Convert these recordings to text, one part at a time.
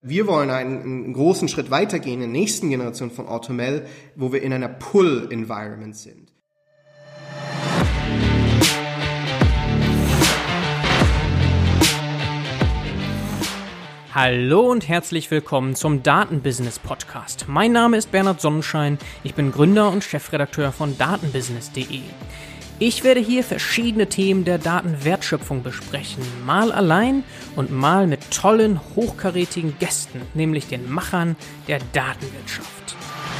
Wir wollen einen großen Schritt weitergehen in der nächsten Generation von AutoML, wo wir in einer Pull-Environment sind. Hallo und herzlich willkommen zum Datenbusiness Podcast. Mein Name ist Bernhard Sonnenschein, ich bin Gründer und Chefredakteur von datenbusiness.de. Ich werde hier verschiedene Themen der Datenwertschöpfung besprechen, mal allein und mal mit tollen, hochkarätigen Gästen, nämlich den Machern der Datenwirtschaft.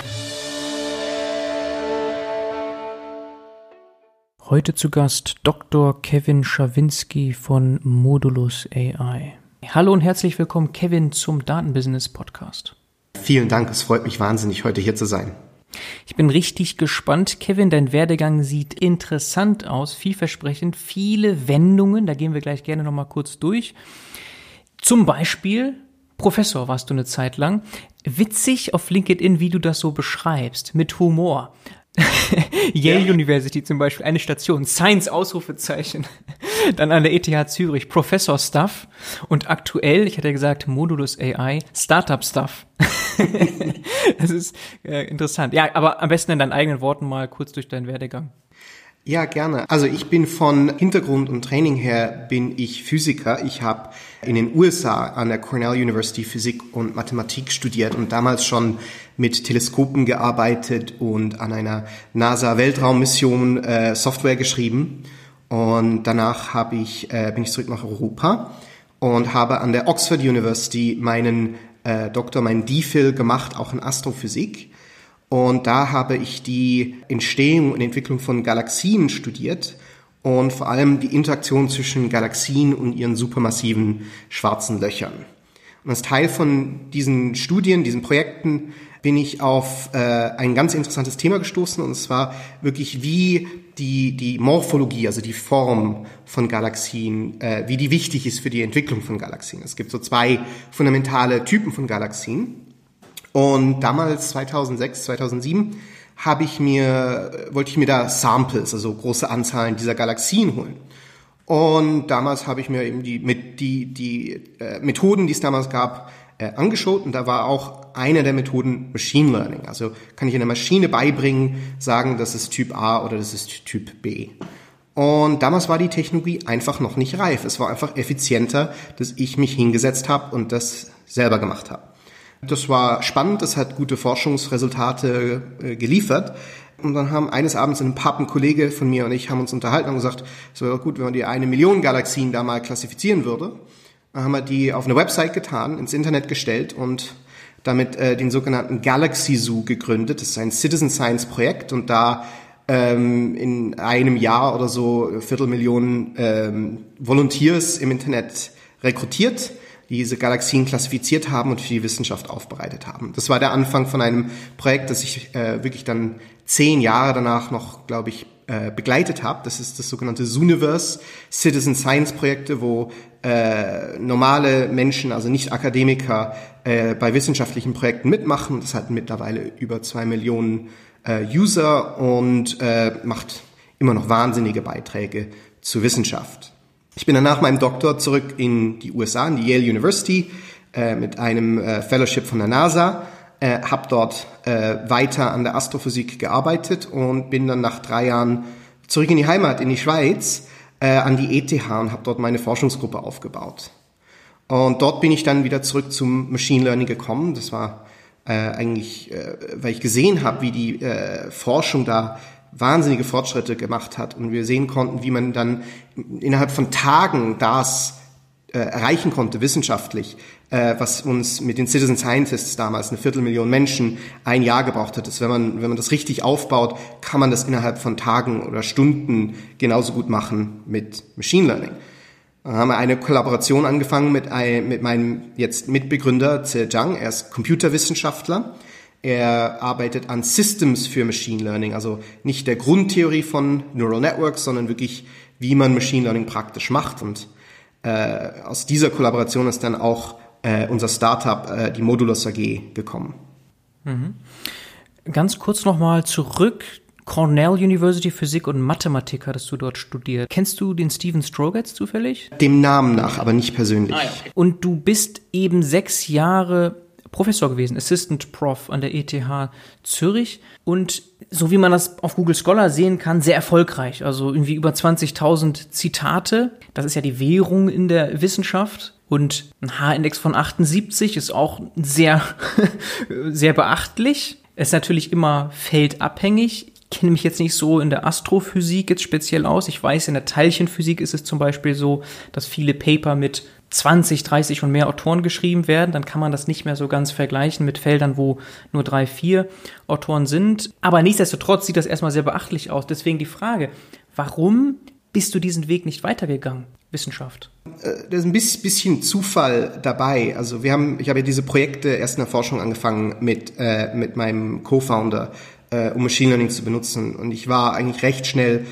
Heute zu Gast Dr. Kevin Schawinski von Modulus AI. Hallo und herzlich willkommen, Kevin, zum Datenbusiness Podcast. Vielen Dank, es freut mich wahnsinnig, heute hier zu sein. Ich bin richtig gespannt. Kevin, dein Werdegang sieht interessant aus, vielversprechend, viele Wendungen, da gehen wir gleich gerne nochmal kurz durch. Zum Beispiel, Professor warst du eine Zeit lang. Witzig auf LinkedIn, wie du das so beschreibst, mit Humor. Yale University zum Beispiel, eine Station, Science Ausrufezeichen, dann an der ETH Zürich, Professor Stuff und aktuell, ich hatte gesagt, Modulus AI, Startup Stuff. Das ist interessant. Ja, aber am besten in deinen eigenen Worten mal kurz durch deinen Werdegang. Ja, gerne. Also ich bin von Hintergrund und Training her bin ich Physiker. Ich habe in den USA an der Cornell University Physik und Mathematik studiert und damals schon mit Teleskopen gearbeitet und an einer NASA-Weltraummission Software geschrieben. Und danach bin ich zurück nach Europa und habe an der Oxford University meinen meinen DPhil gemacht, auch in Astrophysik. Und da habe ich die Entstehung und Entwicklung von Galaxien studiert und vor allem die Interaktion zwischen Galaxien und ihren supermassiven schwarzen Löchern. Und als Teil von diesen Studien, diesen Projekten, bin ich auf ein ganz interessantes Thema gestoßen, und zwar wirklich, wie die Morphologie, also die Form von Galaxien, wie die wichtig ist für die Entwicklung von Galaxien. Es gibt so zwei fundamentale Typen von Galaxien. Und damals, 2006, 2007, wollte ich mir da Samples, also große Anzahlen dieser Galaxien holen. Und damals habe ich mir eben die Methoden, die es damals gab, angeschaut. Und da war auch eine der Methoden Machine Learning. Also kann ich einer Maschine beibringen, sagen, das ist Typ A oder das ist Typ B. Und damals war die Technologie einfach noch nicht reif. Es war einfach effizienter, dass ich mich hingesetzt habe und das selber gemacht habe. Das war spannend, das hat gute Forschungsresultate geliefert. Und dann haben eines Abends ein Kollege von mir und ich haben uns unterhalten und gesagt, es wäre doch gut, wenn man die 1 Million Galaxien da mal klassifizieren würde. Dann haben wir die auf eine Website getan, ins Internet gestellt und damit den sogenannten Galaxy Zoo gegründet. Das ist ein Citizen Science Projekt und da in einem Jahr oder so 250.000 Volunteers im Internet rekrutiert, die diese Galaxien klassifiziert haben und für die Wissenschaft aufbereitet haben. Das war der Anfang von einem Projekt, das ich wirklich dann 10 Jahre danach noch, glaube ich, begleitet habe. Das ist das sogenannte Zooniverse, Citizen Science Projekte, wo normale Menschen, also nicht Akademiker, bei wissenschaftlichen Projekten mitmachen. Das hat mittlerweile über 2 Millionen User und macht immer noch wahnsinnige Beiträge zur Wissenschaft. Ich bin dann nach meinem Doktor zurück in die USA, in die Yale University, mit einem Fellowship von der NASA, habe dort weiter an der Astrophysik gearbeitet und bin dann nach 3 Jahren zurück in die Heimat, in die Schweiz, an die ETH und habe dort meine Forschungsgruppe aufgebaut. Und dort bin ich dann wieder zurück zum Machine Learning gekommen. Das war eigentlich, weil ich gesehen habe, wie die Forschung da wahnsinnige Fortschritte gemacht hat und wir sehen konnten, wie man dann innerhalb von Tagen das erreichen konnte, wissenschaftlich, was uns mit den Citizen Scientists damals, 250.000 Menschen, 1 Jahr gebraucht hat. Dass wenn man das richtig aufbaut, kann man das innerhalb von Tagen oder Stunden genauso gut machen mit Machine Learning. Dann haben wir eine Kollaboration angefangen mit meinem jetzt Mitbegründer, Zhe Zhang. Er ist Computerwissenschaftler. Er arbeitet an Systems für Machine Learning, also nicht der Grundtheorie von Neural Networks, sondern wirklich, wie man Machine Learning praktisch macht. Und aus dieser Kollaboration ist dann auch unser Startup, die Modulus AG, gekommen. Mhm. Ganz kurz nochmal zurück Cornell University Physik und Mathematik hattest du dort studiert. Kennst du den Steven Strogatz zufällig? Dem Namen nach, aber nicht persönlich. Ja, okay. Und du bist eben 6 Jahre Professor gewesen, Assistant Prof an der ETH Zürich und so wie man das auf Google Scholar sehen kann, sehr erfolgreich. Also irgendwie über 20.000 Zitate. Das ist ja die Währung in der Wissenschaft. Und ein H-Index von 78 ist auch sehr, sehr beachtlich. Ist natürlich immer feldabhängig. Ich kenne mich jetzt nicht so in der Astrophysik jetzt speziell aus. Ich weiß, in der Teilchenphysik ist es zum Beispiel so, dass viele Paper mit 20, 30 und mehr Autoren geschrieben werden. Dann kann man das nicht mehr so ganz vergleichen mit Feldern, wo nur 3, 4 Autoren sind. Aber nichtsdestotrotz sieht das erstmal sehr beachtlich aus. Deswegen die Frage, warum bist du diesen Weg nicht weitergegangen? Wissenschaft. Da ist ein bisschen Zufall dabei. Also ich habe ja diese Projekte erst in der Forschung angefangen mit meinem Co-Founder, um Machine Learning zu benutzen. Und ich war eigentlich recht schnell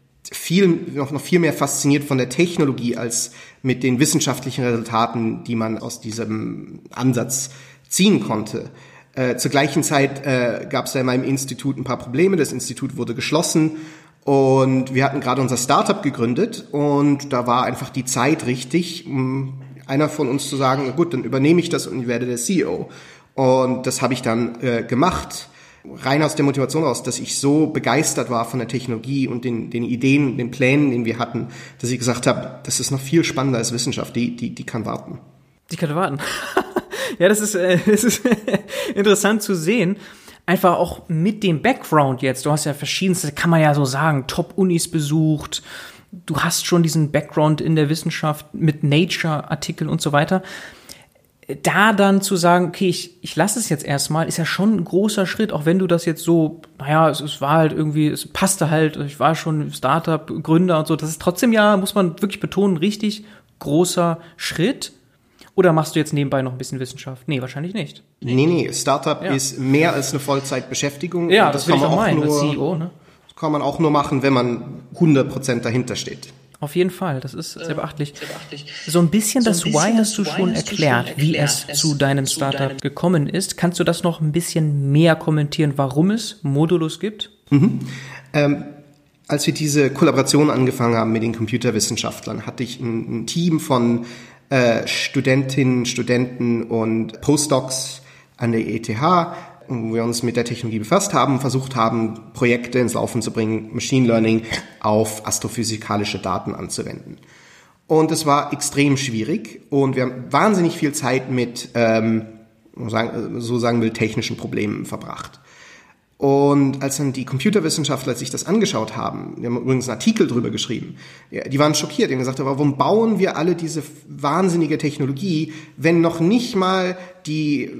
noch viel mehr fasziniert von der Technologie als mit den wissenschaftlichen Resultaten, die man aus diesem Ansatz ziehen konnte. Zur gleichen Zeit gab es da in meinem Institut ein paar Probleme. Das Institut wurde geschlossen. Und wir hatten gerade unser Startup gegründet und da war einfach die Zeit richtig, einer von uns zu sagen, gut, dann übernehme ich das und ich werde der CEO. Und das habe ich dann gemacht, rein aus der Motivation aus, dass ich so begeistert war von der Technologie und den Ideen, den Plänen, den wir hatten, dass ich gesagt habe, das ist noch viel spannender als Wissenschaft, die kann warten. Die kann warten. Ja, das ist interessant zu sehen. Einfach auch mit dem Background jetzt, du hast ja verschiedenste, kann man ja so sagen, Top-Unis besucht, du hast schon diesen Background in der Wissenschaft mit Nature-Artikeln und so weiter. Da dann zu sagen, okay, ich lasse es jetzt erstmal, ist ja schon ein großer Schritt, auch wenn du das jetzt so, es war halt irgendwie, es passte halt, ich war schon Startup-Gründer und so, das ist trotzdem ja, muss man wirklich betonen, richtig großer Schritt. Oder machst du jetzt nebenbei noch ein bisschen Wissenschaft? Nee, wahrscheinlich nicht. Nee, Startup ist mehr als eine Vollzeitbeschäftigung. Ja, das will ich auch meinen, als CEO, ne? Das kann man auch nur machen, wenn man 100% dahinter steht. Auf jeden Fall, das ist sehr beachtlich. So ein bisschen das Why hast du schon erklärt, wie es zu deinem Startup gekommen ist. Kannst du das noch ein bisschen mehr kommentieren, warum es Modulus gibt? Als wir diese Kollaboration angefangen haben mit den Computerwissenschaftlern, hatte ich ein Team von Studentinnen, Studenten und Postdocs an der ETH, wo wir uns mit der Technologie befasst haben, versucht haben, Projekte ins Laufen zu bringen, Machine Learning auf astrophysikalische Daten anzuwenden. Und es war extrem schwierig und wir haben wahnsinnig viel Zeit mit, technischen Problemen verbracht. Und als dann die Computerwissenschaftler sich das angeschaut haben, wir haben übrigens einen Artikel drüber geschrieben, die waren schockiert, die haben gesagt, warum bauen wir alle diese wahnsinnige Technologie, wenn noch nicht mal die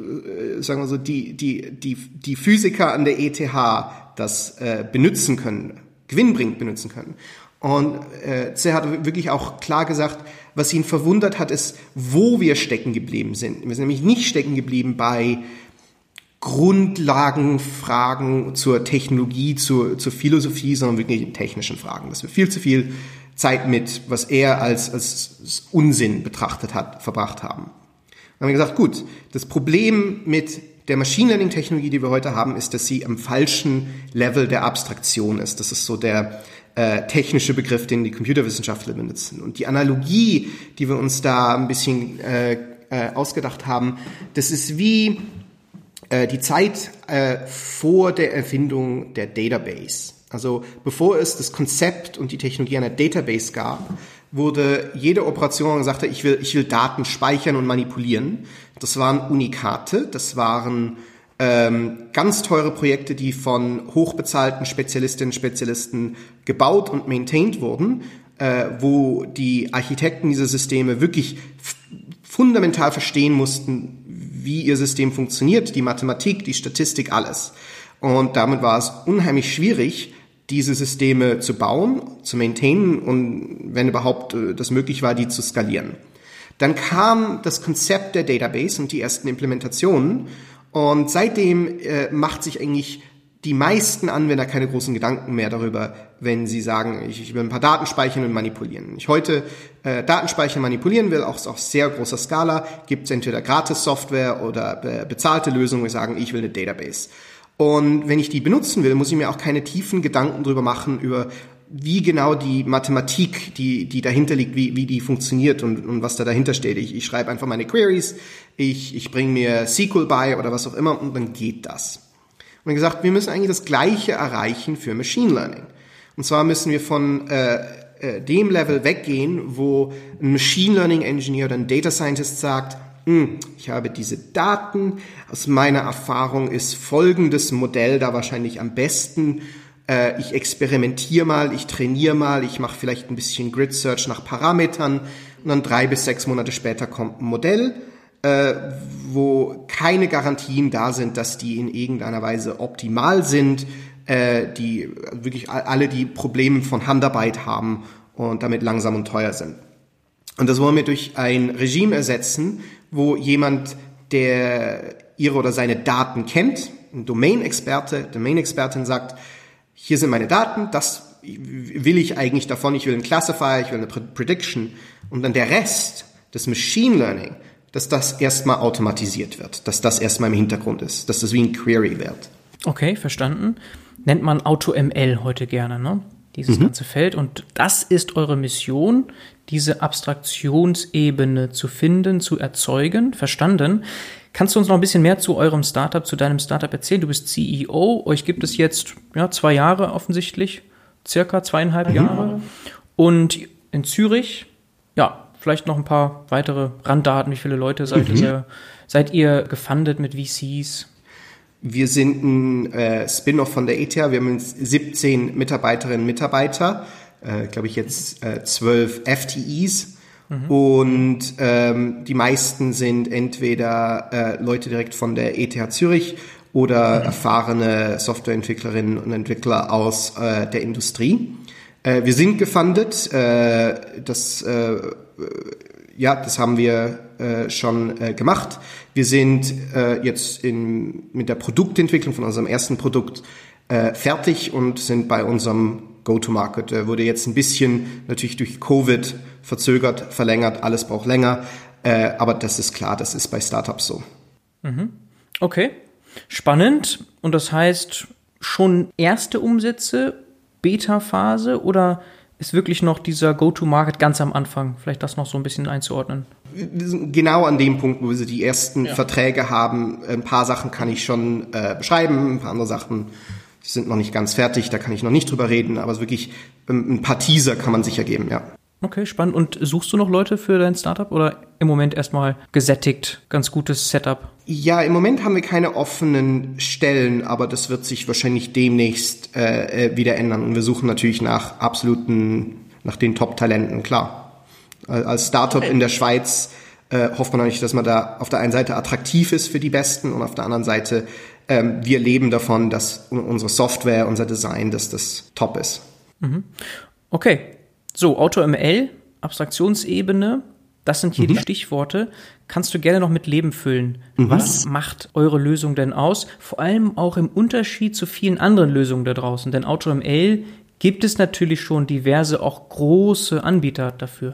Physiker an der ETH das benutzen können, gewinnbringend benutzen können. Und Ze hat wirklich auch klar gesagt, was ihn verwundert hat, ist, wo wir stecken geblieben sind. Wir sind nämlich nicht stecken geblieben bei Grundlagenfragen zur Technologie, zur Philosophie, sondern wirklich technischen Fragen. Dass wir viel zu viel Zeit mit, was er als Unsinn verbracht haben. Dann haben wir gesagt, gut, das Problem mit der Machine Learning Technologie, die wir heute haben, ist, dass sie am falschen Level der Abstraktion ist. Das ist so der technische Begriff, den die Computerwissenschaftler benutzen. Und die Analogie, die wir uns da ein bisschen ausgedacht haben, das ist wie die Zeit vor der Erfindung der Database. Also bevor es das Konzept und die Technologie einer Database gab, wurde jede Operation gesagt, ich will Daten speichern und manipulieren. Das waren Unikate, das waren ganz teure Projekte, die von hochbezahlten Spezialistinnen und Spezialisten gebaut und maintained wurden, wo die Architekten dieser Systeme wirklich fundamental verstehen mussten, wie ihr System funktioniert, die Mathematik, die Statistik, alles. Und damit war es unheimlich schwierig, diese Systeme zu bauen, zu maintainen und wenn überhaupt das möglich war, die zu skalieren. Dann kam das Konzept der Database und die ersten Implementationen und seitdem macht sich eigentlich die meisten Anwender keine großen Gedanken mehr darüber, wenn sie sagen, ich will ein paar Daten speichern und manipulieren. Wenn ich heute Daten speichern, manipulieren will, auch auf sehr großer Skala, gibt es entweder Gratis-Software oder bezahlte Lösungen, die sagen, ich will eine Database. Und wenn ich die benutzen will, muss ich mir auch keine tiefen Gedanken drüber machen, über wie genau die Mathematik, die dahinter liegt, wie die funktioniert und was da dahinter steht. Ich schreibe einfach meine Queries, ich bringe mir SQL bei oder was auch immer und dann geht das. Und gesagt, wir müssen eigentlich das Gleiche erreichen für Machine Learning. Und zwar müssen wir von dem Level weggehen, wo ein Machine Learning Engineer oder ein Data Scientist sagt, ich habe diese Daten, aus meiner Erfahrung ist folgendes Modell da wahrscheinlich am besten. Ich experimentiere mal, ich trainiere mal, ich mache vielleicht ein bisschen Grid Search nach Parametern und dann 3 bis 6 Monate später kommt ein Modell, wo keine Garantien da sind, dass die in irgendeiner Weise optimal sind, die wirklich alle die Probleme von Handarbeit haben und damit langsam und teuer sind. Und das wollen wir durch ein Regime ersetzen, wo jemand, der ihre oder seine Daten kennt, ein Domain-Expertin sagt, hier sind meine Daten, das will ich eigentlich davon, ich will einen Classifier, ich will eine Prediction und dann der Rest des Machine Learning, dass das erstmal automatisiert wird, dass das erstmal im Hintergrund ist, dass das wie ein Query wird. Okay, verstanden. Nennt man AutoML heute gerne, ne? Dieses ganze Feld. Und das ist eure Mission, diese Abstraktionsebene zu finden, zu erzeugen. Verstanden. Kannst du uns noch ein bisschen mehr zu eurem Startup, zu deinem Startup erzählen? Du bist CEO, euch gibt es jetzt 2 Jahre offensichtlich, circa 2,5 Jahre. Und in Zürich, vielleicht noch ein paar weitere Randdaten. Wie viele Leute seid ihr gefundet mit VCs? Wir sind ein Spin-off von der ETH. Wir haben 17 Mitarbeiterinnen und Mitarbeiter, glaube ich jetzt 12 FTEs. Und die meisten sind entweder Leute direkt von der ETH Zürich oder erfahrene Softwareentwicklerinnen und Entwickler aus der Industrie. Wir sind gefundet. Das haben wir schon gemacht. Wir sind jetzt mit der Produktentwicklung von unserem ersten Produkt fertig und sind bei unserem Go-to-Market. Der wurde jetzt ein bisschen natürlich durch Covid verzögert, verlängert, alles braucht länger. Aber das ist klar, das ist bei Startups so. Okay, spannend. Und das heißt, schon erste Umsätze, Beta-Phase oder ist wirklich noch dieser Go-to-Market ganz am Anfang? Vielleicht das noch so ein bisschen einzuordnen. Genau an dem Punkt, wo wir die ersten Verträge haben. Ein paar Sachen kann ich schon beschreiben, ein paar andere Sachen sind noch nicht ganz fertig, da kann ich noch nicht drüber reden, aber wirklich ein paar Teaser kann man sicher geben, ja. Okay, spannend. Und suchst du noch Leute für dein Startup oder im Moment erstmal gesättigt, ganz gutes Setup? Ja, im Moment haben wir keine offenen Stellen, aber das wird sich wahrscheinlich demnächst wieder ändern. Und wir suchen natürlich nach den Top-Talenten, klar. Als Startup in der Schweiz hofft man natürlich, dass man da auf der einen Seite attraktiv ist für die Besten und auf der anderen Seite wir leben davon, dass unsere Software, unser Design, dass das top ist. Okay. So, AutoML, Abstraktionsebene, das sind hier die Stichworte. Kannst du gerne noch mit Leben füllen. Was macht eure Lösung denn aus? Vor allem auch im Unterschied zu vielen anderen Lösungen da draußen. Denn AutoML gibt es natürlich schon diverse, auch große Anbieter dafür.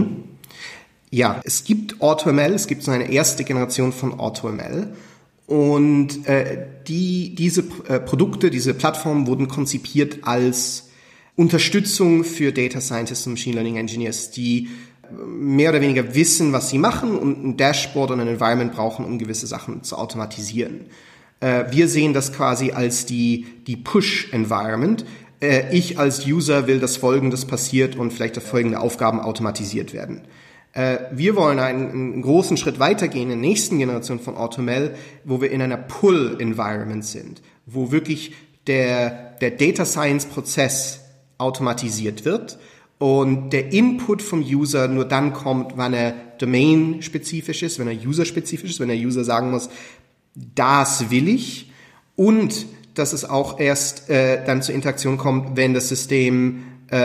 Ja, es gibt AutoML, es gibt so eine erste Generation von AutoML. Und diese Produkte, diese Plattformen wurden konzipiert als Unterstützung für Data Scientists und Machine Learning Engineers, die mehr oder weniger wissen, was sie machen und ein Dashboard und ein Environment brauchen, um gewisse Sachen zu automatisieren. Wir sehen das quasi als die Push-Environment. Ich als User will, dass Folgendes passiert und vielleicht folgende Aufgaben automatisiert werden. Wir wollen einen großen Schritt weitergehen in der nächsten Generation von AutoML, wo wir in einer Pull-Environment sind, wo wirklich der Data Science-Prozess automatisiert wird und der Input vom User nur dann kommt, wenn er domain-spezifisch ist, wenn er user-spezifisch ist, wenn der User sagen muss, das will ich, und dass es auch erst dann zur Interaktion kommt, wenn das System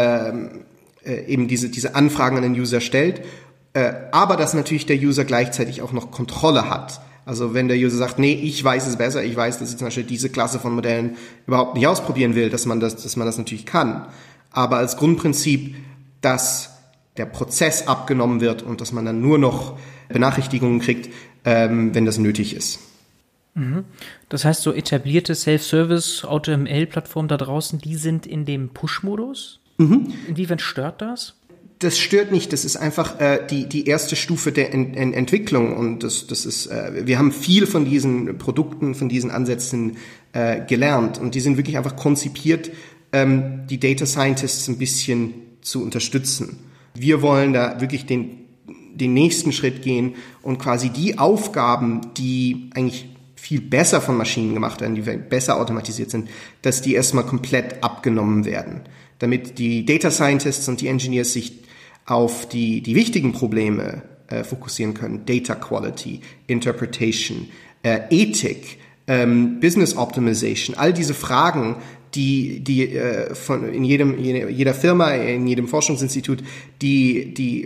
eben diese Anfragen an den User stellt, aber dass natürlich der User gleichzeitig auch noch Kontrolle hat. Also wenn der User sagt, nee, ich weiß es besser, ich weiß, dass ich zum Beispiel diese Klasse von Modellen überhaupt nicht ausprobieren will, dass man das natürlich kann. Aber als Grundprinzip, dass der Prozess abgenommen wird und dass man dann nur noch Benachrichtigungen kriegt, wenn das nötig ist. Das heißt, so etablierte Self-Service, AutoML-Plattformen da draußen, die sind in dem Push-Modus? Inwiefern stört das? Das stört nicht, das ist einfach die erste Stufe der Entwicklung und das ist, wir haben viel von diesen Produkten, von diesen Ansätzen gelernt und die sind wirklich einfach konzipiert, die Data Scientists ein bisschen zu unterstützen. Wir wollen da wirklich den nächsten Schritt gehen und quasi die Aufgaben, die eigentlich viel besser von Maschinen gemacht werden, die besser automatisiert sind, dass die erstmal komplett abgenommen werden, damit die Data Scientists und die Engineers sich auf die wichtigen Probleme fokussieren können. Data Quality, Interpretation, Ethik, Business Optimization, all diese Fragen, die von in jeder Firma, in jedem Forschungsinstitut, die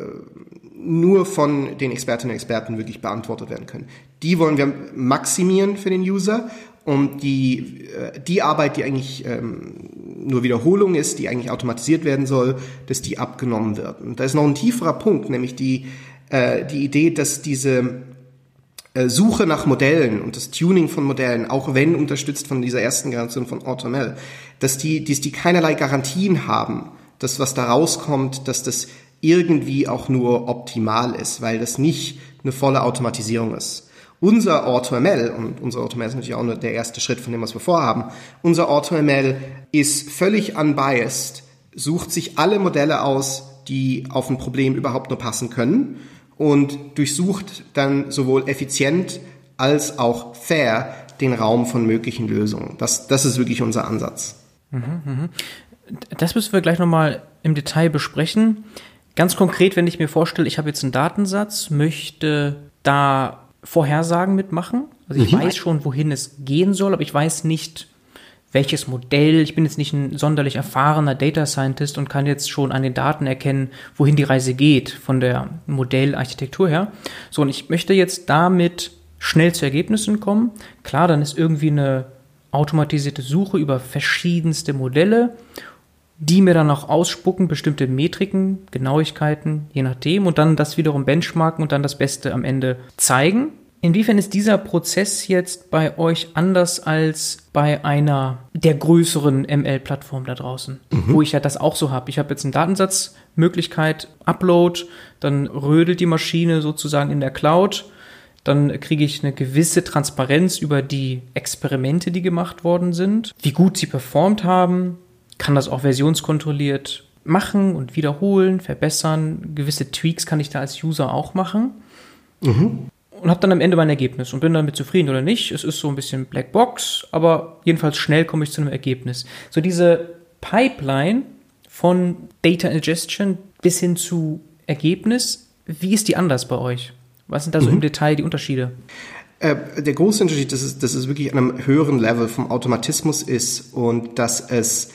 nur von den Expertinnen und Experten wirklich beantwortet werden können. Die wollen wir maximieren für den User und die Arbeit, die eigentlich nur Wiederholung ist, die eigentlich automatisiert werden soll, dass die abgenommen wird. Und da ist noch ein tieferer Punkt, nämlich die Idee, dass diese Suche nach Modellen und das Tuning von Modellen, auch wenn unterstützt von dieser ersten Generation von AutoML, dass die keinerlei Garantien haben, dass was da rauskommt, dass das irgendwie auch nur optimal ist, weil das nicht eine volle Automatisierung ist. Unser AutoML, und unser AutoML ist natürlich auch nur der erste Schritt von dem, was wir vorhaben, unser AutoML ist völlig unbiased, sucht sich alle Modelle aus, die auf ein Problem überhaupt nur passen können und durchsucht dann sowohl effizient als auch fair den Raum von möglichen Lösungen. Das ist wirklich unser Ansatz. Das müssen wir gleich nochmal im Detail besprechen. Ganz konkret, wenn ich mir vorstelle, ich habe jetzt einen Datensatz, möchte da Vorhersagen mitmachen. Also ich weiß schon, wohin es gehen soll, aber ich weiß nicht, welches Modell. Ich bin jetzt nicht ein sonderlich erfahrener Data Scientist und kann jetzt schon an den Daten erkennen, wohin die Reise geht von der Modellarchitektur her. So, und ich möchte jetzt damit schnell zu Ergebnissen kommen. Klar, dann ist irgendwie eine automatisierte Suche über verschiedenste Modelle, die mir dann auch ausspucken, bestimmte Metriken, Genauigkeiten, je nachdem, und dann das wiederum benchmarken und dann das Beste am Ende zeigen. Inwiefern ist dieser Prozess jetzt bei euch anders als bei einer der größeren ML-Plattformen da draußen, wo ich ja das auch so habe? Ich habe jetzt eine Datensatzmöglichkeit, Upload, dann rödelt die Maschine sozusagen in der Cloud, dann kriege ich eine gewisse Transparenz über die Experimente, die gemacht worden sind, wie gut sie performt haben, kann das auch versionskontrolliert machen und wiederholen, verbessern. Gewisse Tweaks kann ich da als User auch machen. Und habe dann am Ende mein Ergebnis und bin damit zufrieden oder nicht. Es ist so ein bisschen Blackbox, aber jedenfalls schnell komme ich zu einem Ergebnis. So diese Pipeline von Data Ingestion bis hin zu Ergebnis, wie ist die anders bei euch? Was sind da so im Detail die Unterschiede? Der große Unterschied, dass es wirklich an einem höheren Level vom Automatismus ist und dass es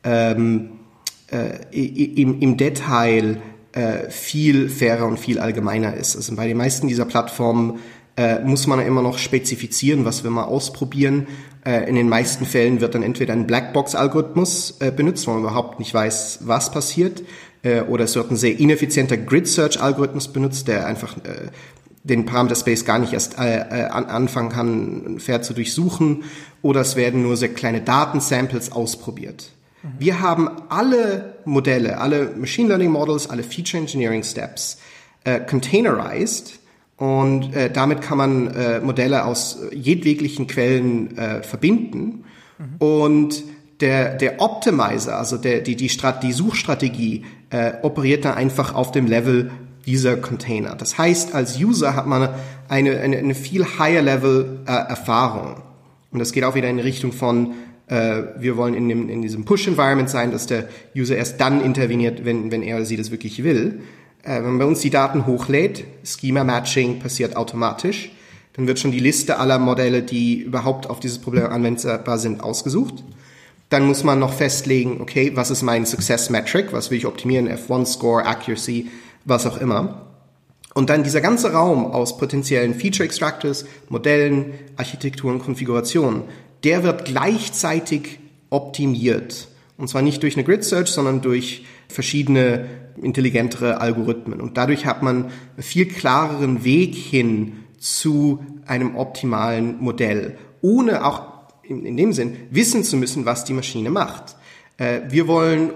im Detail viel fairer und viel allgemeiner ist. Also bei den meisten dieser Plattformen muss man immer noch spezifizieren, was wir mal ausprobieren. In den meisten Fällen wird dann entweder ein Blackbox-Algorithmus benutzt, wo man überhaupt nicht weiß, was passiert, oder es wird ein sehr ineffizienter Grid-Search-Algorithmus benutzt, der einfach den Parameter-Space gar nicht erst anfangen kann, fair zu durchsuchen, oder es werden nur sehr kleine Datensamples ausprobiert. Wir haben alle Modelle, alle Machine Learning Models, alle Feature Engineering Steps containerized und damit kann man Modelle aus jedweglichen Quellen verbinden und der Optimizer, also die Suchstrategie operiert dann einfach auf dem Level dieser Container. Das heißt, als User hat man eine viel higher Level Erfahrung und das geht auch wieder in die Richtung von wir wollen in diesem Push-Environment sein, dass der User erst dann interveniert, wenn er oder sie das wirklich will. Wenn man bei uns die Daten hochlädt, Schema-Matching passiert automatisch, dann wird schon die Liste aller Modelle, die überhaupt auf dieses Problem anwendbar sind, ausgesucht. Dann muss man noch festlegen, okay, was ist mein Success-Metric, was will ich optimieren, F1-Score, Accuracy, was auch immer. Und dann dieser ganze Raum aus potenziellen Feature-Extractors, Modellen, Architekturen, Konfigurationen, der wird gleichzeitig optimiert. Und zwar nicht durch eine Grid-Search, sondern durch verschiedene intelligentere Algorithmen. Und dadurch hat man einen viel klareren Weg hin zu einem optimalen Modell, ohne auch in dem Sinn wissen zu müssen, was die Maschine macht. Wir wollen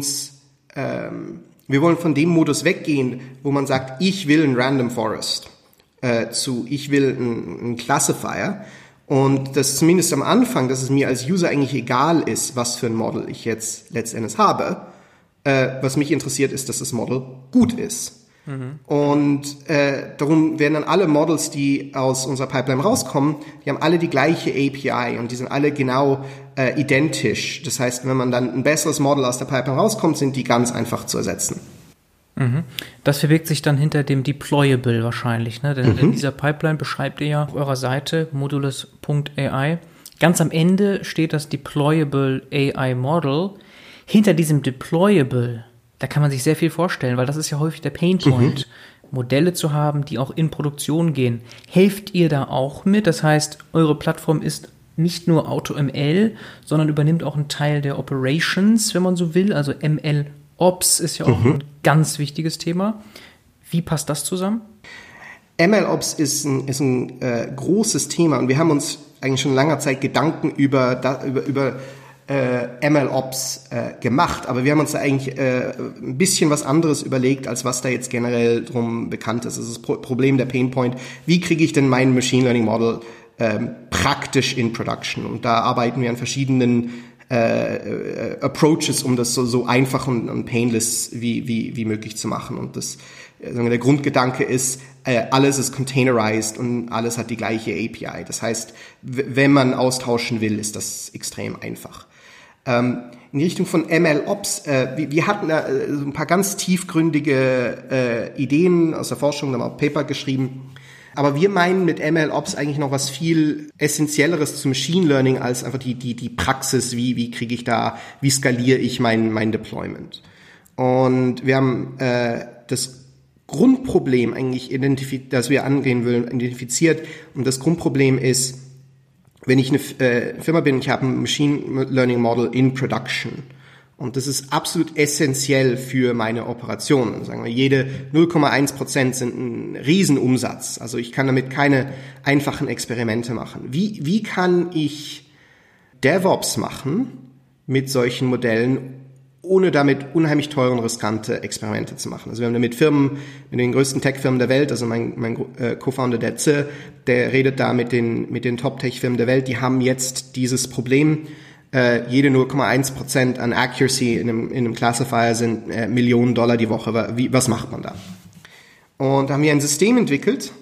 von dem Modus weggehen, wo man sagt, ich will ein Random Forest, ich will einen Classifier. Und das zumindest am Anfang, dass es mir als User eigentlich egal ist, was für ein Model ich jetzt letztendlich habe. Was mich interessiert, ist, dass das Model gut ist. Und darum werden dann alle Models, die aus unserer Pipeline rauskommen, die haben alle die gleiche API und die sind alle genau identisch. Das heißt, wenn man dann ein besseres Model aus der Pipeline rauskommt, sind die ganz einfach zu ersetzen. Das verbirgt sich dann hinter dem Deployable wahrscheinlich, ne? Denn in dieser Pipeline beschreibt ihr ja auf eurer Seite modulus.ai. Ganz am Ende steht das Deployable AI Model. Hinter diesem Deployable, da kann man sich sehr viel vorstellen, weil das ist ja häufig der Painpoint, Modelle zu haben, die auch in Produktion gehen. Helft ihr da auch mit? Das heißt, eure Plattform ist nicht nur AutoML, sondern übernimmt auch einen Teil der Operations, wenn man so will, also MLOps ist ja auch ein ganz wichtiges Thema. Wie passt das zusammen? MLOps ist ein großes Thema und wir haben uns eigentlich schon langer Zeit Gedanken über MLOps gemacht, aber wir haben uns da eigentlich ein bisschen was anderes überlegt, als was da jetzt generell drum bekannt ist. Das ist das Problem, der Painpoint. Wie kriege ich denn mein Machine Learning Model praktisch in Production? Und da arbeiten wir an verschiedenen Approaches, um das so einfach und painless wie möglich zu machen. Und das, der Grundgedanke ist, alles ist containerized und alles hat die gleiche API. Das heißt, wenn man austauschen will, ist das extrem einfach. In die Richtung von MLOps, wir hatten da so ein paar ganz tiefgründige Ideen aus der Forschung, da haben wir auch Paper geschrieben. Aber wir meinen mit MLOps eigentlich noch was viel Essentielleres zu Machine Learning als einfach die Praxis, wie skaliere ich mein Deployment. Und wir haben das Grundproblem eigentlich das wir angehen wollen, identifiziert. Und das Grundproblem ist, wenn ich eine Firma bin, ich habe ein Machine Learning Model in Production. Und das ist absolut essentiell für meine Operationen. Sagen wir, jede 0,1% sind ein Riesenumsatz. Also ich kann damit keine einfachen Experimente machen. Wie kann ich DevOps machen mit solchen Modellen, ohne damit unheimlich teure und riskante Experimente zu machen? Also wir haben da mit den größten Tech-Firmen der Welt, also mein Co-Founder der redet da mit den Top-Tech-Firmen der Welt, die haben jetzt dieses Problem, jede 0,1% an Accuracy in einem Classifier sind Millionen $Millionen die Woche. Was macht man da? Und da haben wir ein System entwickelt,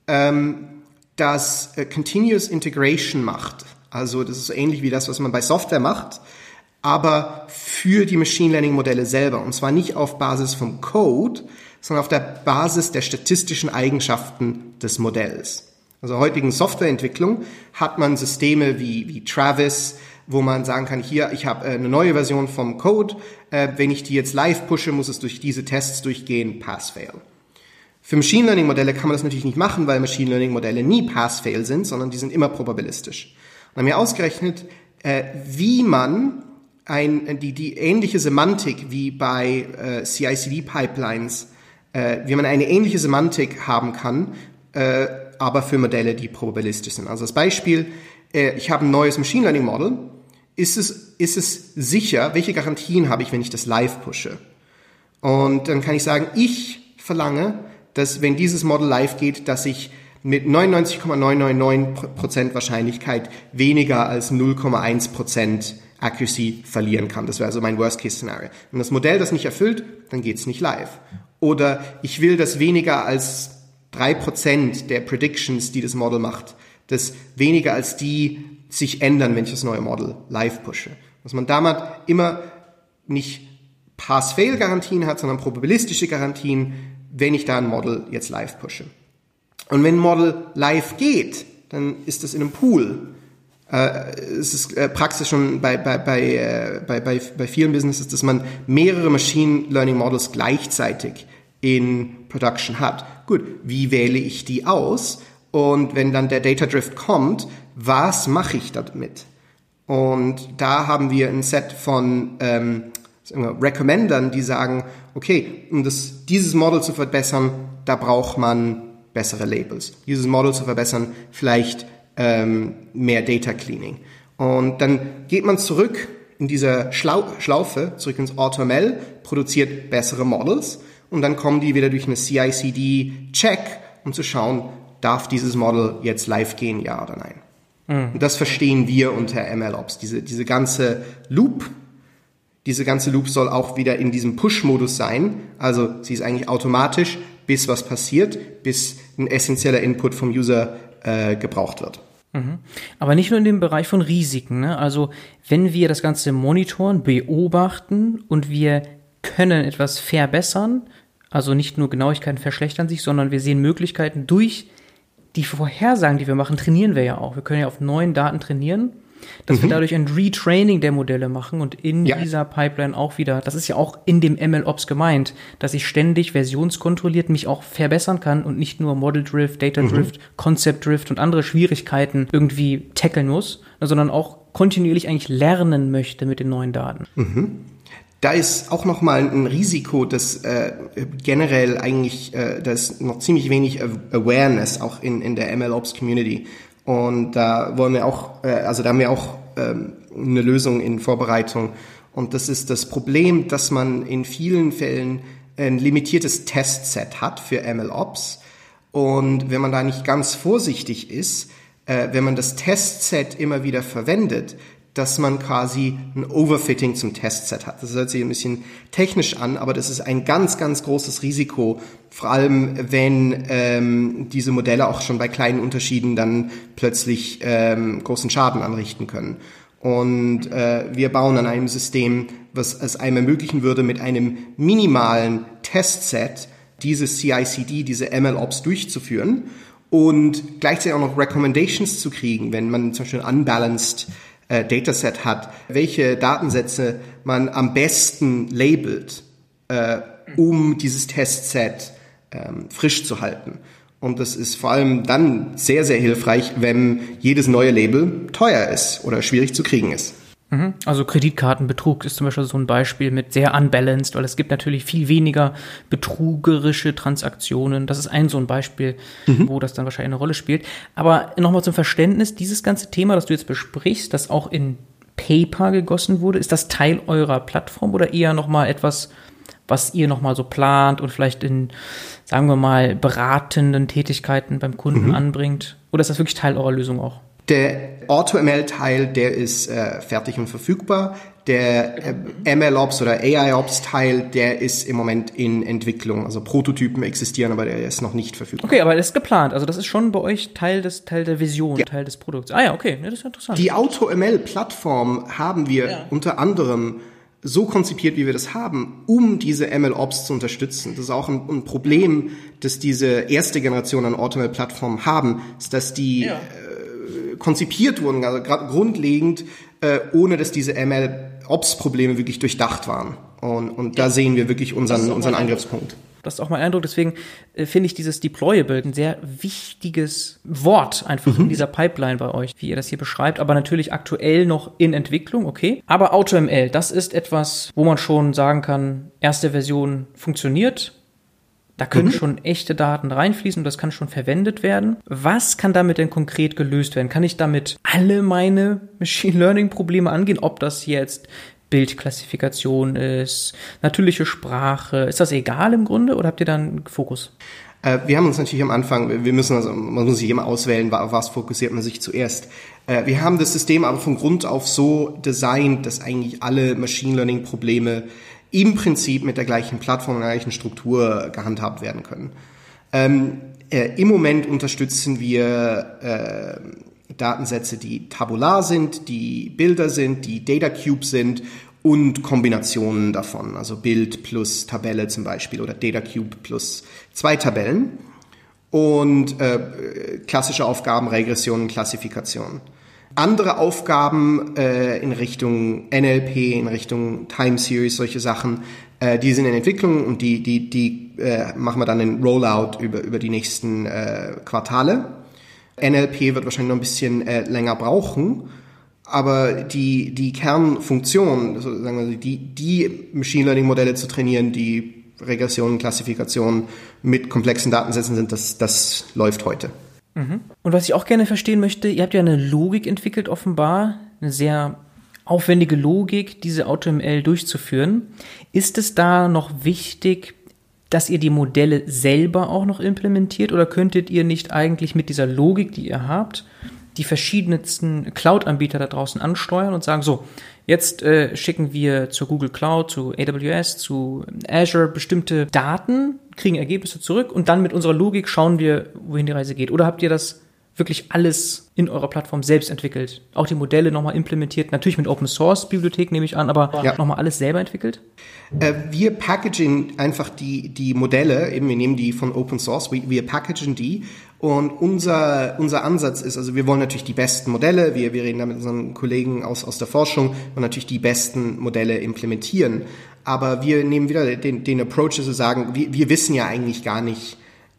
das Continuous Integration macht. Also das ist so ähnlich wie das, was man bei Software macht, aber für die Machine Learning Modelle selber. Und zwar nicht auf Basis vom Code, sondern auf der Basis der statistischen Eigenschaften des Modells. Also heutigen Softwareentwicklung hat man Systeme wie Travis, wo man sagen kann, hier, ich habe eine neue Version vom Code, wenn ich die jetzt live pushe, muss es durch diese Tests durchgehen, Pass-Fail. Für Machine Learning Modelle kann man das natürlich nicht machen, weil Machine Learning Modelle nie Pass-Fail sind, sondern die sind immer probabilistisch. Und haben wir ausgerechnet, wie man die ähnliche Semantik wie bei CI/CD-Pipelines, wie man eine ähnliche Semantik haben kann, aber für Modelle, die probabilistisch sind. Also das Beispiel, ich habe ein neues Machine Learning Model. Ist es sicher? Welche Garantien habe ich, wenn ich das live pushe? Und dann kann ich sagen, ich verlange, dass wenn dieses Model live geht, dass ich mit 99,999% Wahrscheinlichkeit weniger als 0,1% Accuracy verlieren kann. Das wäre also mein Worst-Case-Szenario. Wenn das Modell das nicht erfüllt, dann geht's nicht live. Oder ich will, dass weniger als 3% der Predictions, die das Model macht, dass weniger als die sich ändern, wenn ich das neue Model live pushe. Dass man damit immer nicht Pass-Fail-Garantien hat, sondern probabilistische Garantien, wenn ich da ein Model jetzt live pushe. Und wenn ein Model live geht, dann ist das in einem Pool. Es ist Praxis schon bei vielen Businesses, dass man mehrere Machine Learning Models gleichzeitig in Production hat. Gut, wie wähle ich die aus? Und wenn dann der Data Drift kommt, was mache ich damit? Und da haben wir ein Set von Recommendern, die sagen, okay, um dieses Model zu verbessern, da braucht man bessere Labels. Dieses Model zu verbessern, vielleicht mehr Data Cleaning. Und dann geht man zurück in dieser Schlaufe, zurück ins AutoML, produziert bessere Models und dann kommen die wieder durch eine CI/CD-Check, um zu schauen, darf dieses Model jetzt live gehen, ja oder nein. Und das verstehen wir unter MLOps. Diese ganze Loop soll auch wieder in diesem Push-Modus sein. Also sie ist eigentlich automatisch, bis was passiert, bis ein essentieller Input vom User gebraucht wird. Aber nicht nur in dem Bereich von Risiken, ne? Also wenn wir das Ganze monitoren, beobachten und wir können etwas verbessern, also nicht nur Genauigkeiten verschlechtern sich, sondern wir sehen Möglichkeiten durch die Vorhersagen, die wir machen, trainieren wir ja auch. Wir können ja auf neuen Daten trainieren, dass wir dadurch ein Retraining der Modelle machen und in dieser Pipeline auch wieder, das ist ja auch in dem MLOps gemeint, dass ich ständig versionskontrolliert mich auch verbessern kann und nicht nur Model Drift, Data Drift, Concept Drift und andere Schwierigkeiten irgendwie tackeln muss, sondern auch kontinuierlich eigentlich lernen möchte mit den neuen Daten. Da ist auch nochmal ein Risiko, dass generell eigentlich, da ist noch ziemlich wenig Awareness auch in der MLOps-Community. Und da wollen wir auch, da haben wir auch eine Lösung in Vorbereitung. Und das ist das Problem, dass man in vielen Fällen ein limitiertes Testset hat für MLOps. Und wenn man da nicht ganz vorsichtig ist, wenn man das Testset immer wieder verwendet, dass man quasi ein Overfitting zum Testset hat. Das hört sich ein bisschen technisch an, aber das ist ein ganz, ganz großes Risiko, vor allem wenn diese Modelle auch schon bei kleinen Unterschieden dann plötzlich großen Schaden anrichten können. Und wir bauen an einem System, was es einem ermöglichen würde, mit einem minimalen Testset diese CI/CD, diese MLOps durchzuführen und gleichzeitig auch noch Recommendations zu kriegen, wenn man zum Beispiel unbalanced Dataset hat, welche Datensätze man am besten labelt, um dieses Testset frisch zu halten. Und das ist vor allem dann sehr, sehr hilfreich, wenn jedes neue Label teuer ist oder schwierig zu kriegen ist. Also Kreditkartenbetrug ist zum Beispiel so ein Beispiel mit sehr unbalanced, weil es gibt natürlich viel weniger betrügerische Transaktionen. Das ist so ein Beispiel, wo das dann wahrscheinlich eine Rolle spielt. Aber nochmal zum Verständnis, dieses ganze Thema, das du jetzt besprichst, das auch in Paper gegossen wurde, ist das Teil eurer Plattform oder eher nochmal etwas, was ihr nochmal so plant und vielleicht in, sagen wir mal, beratenden Tätigkeiten beim Kunden anbringt? Oder ist das wirklich Teil eurer Lösung auch? Der AutoML-Teil, der ist fertig und verfügbar. Der MLOps oder AIOps-Teil, der ist im Moment in Entwicklung. Also Prototypen existieren, aber der ist noch nicht verfügbar. Okay, aber das ist geplant. Also das ist schon bei euch Teil der Vision, Teil des Produkts. Ah ja, okay, das ist interessant. Die AutoML-Plattform haben wir unter anderem so konzipiert, wie wir das haben, um diese MLOps zu unterstützen. Das ist auch ein Problem, das diese erste Generation an AutoML-Plattformen haben, ist, dass die konzipiert wurden, also grundlegend, ohne dass diese MLOps-Probleme wirklich durchdacht waren. Und da sehen wir wirklich unseren Angriffspunkt. Das ist auch mein Eindruck. Deswegen finde ich dieses Deployable ein sehr wichtiges Wort einfach in dieser Pipeline bei euch, wie ihr das hier beschreibt. Aber natürlich aktuell noch in Entwicklung, okay. Aber AutoML, das ist etwas, wo man schon sagen kann, erste Version funktioniert. Da können schon echte Daten reinfließen und das kann schon verwendet werden. Was kann damit denn konkret gelöst werden? Kann ich damit alle meine Machine Learning Probleme angehen? Ob das jetzt Bildklassifikation ist, natürliche Sprache. Ist das egal im Grunde oder habt ihr da einen Fokus? Wir haben uns natürlich am Anfang, man muss sich immer auswählen, auf was fokussiert man sich zuerst. Wir haben das System aber von Grund auf so designt, dass eigentlich alle Machine Learning Probleme im Prinzip mit der gleichen Plattform, der gleichen Struktur gehandhabt werden können. Im Moment unterstützen wir Datensätze, die tabular sind, die Bilder sind, die Data Cube sind und Kombinationen davon, also Bild plus Tabelle zum Beispiel oder Data Cube plus 2 Tabellen und klassische Aufgaben, Regressionen, Klassifikationen. Andere Aufgaben in Richtung NLP, in Richtung Time Series, solche Sachen, die sind in Entwicklung und die machen wir dann in Rollout über die nächsten Quartale. NLP wird wahrscheinlich noch ein bisschen länger brauchen, aber die Kernfunktion, also sagen wir, die Machine Learning Modelle zu trainieren, die Regressionen, Klassifikationen mit komplexen Datensätzen sind, das läuft heute. Und was ich auch gerne verstehen möchte, ihr habt ja eine Logik entwickelt offenbar, eine sehr aufwendige Logik, diese AutoML durchzuführen. Ist es da noch wichtig, dass ihr die Modelle selber auch noch implementiert oder könntet ihr nicht eigentlich mit dieser Logik, die ihr habt, die verschiedensten Cloud-Anbieter da draußen ansteuern und sagen, so, jetzt schicken wir zur Google Cloud, zu AWS, zu Azure bestimmte Daten, kriegen Ergebnisse zurück und dann mit unserer Logik schauen wir, wohin die Reise geht. Oder habt ihr das wirklich alles in eurer Plattform selbst entwickelt? Auch die Modelle nochmal implementiert, natürlich mit Open-Source-Bibliothek nehme ich an, aber nochmal alles selber entwickelt? Wir packagen einfach die Modelle, eben wir nehmen die von Open Source, wir packagen die und unser Ansatz ist, also wir wollen natürlich die besten Modelle, wir reden da mit unseren Kollegen aus der Forschung und natürlich die besten Modelle implementieren, aber wir nehmen wieder den Approach, dass wir sagen, wir wissen ja eigentlich gar nicht,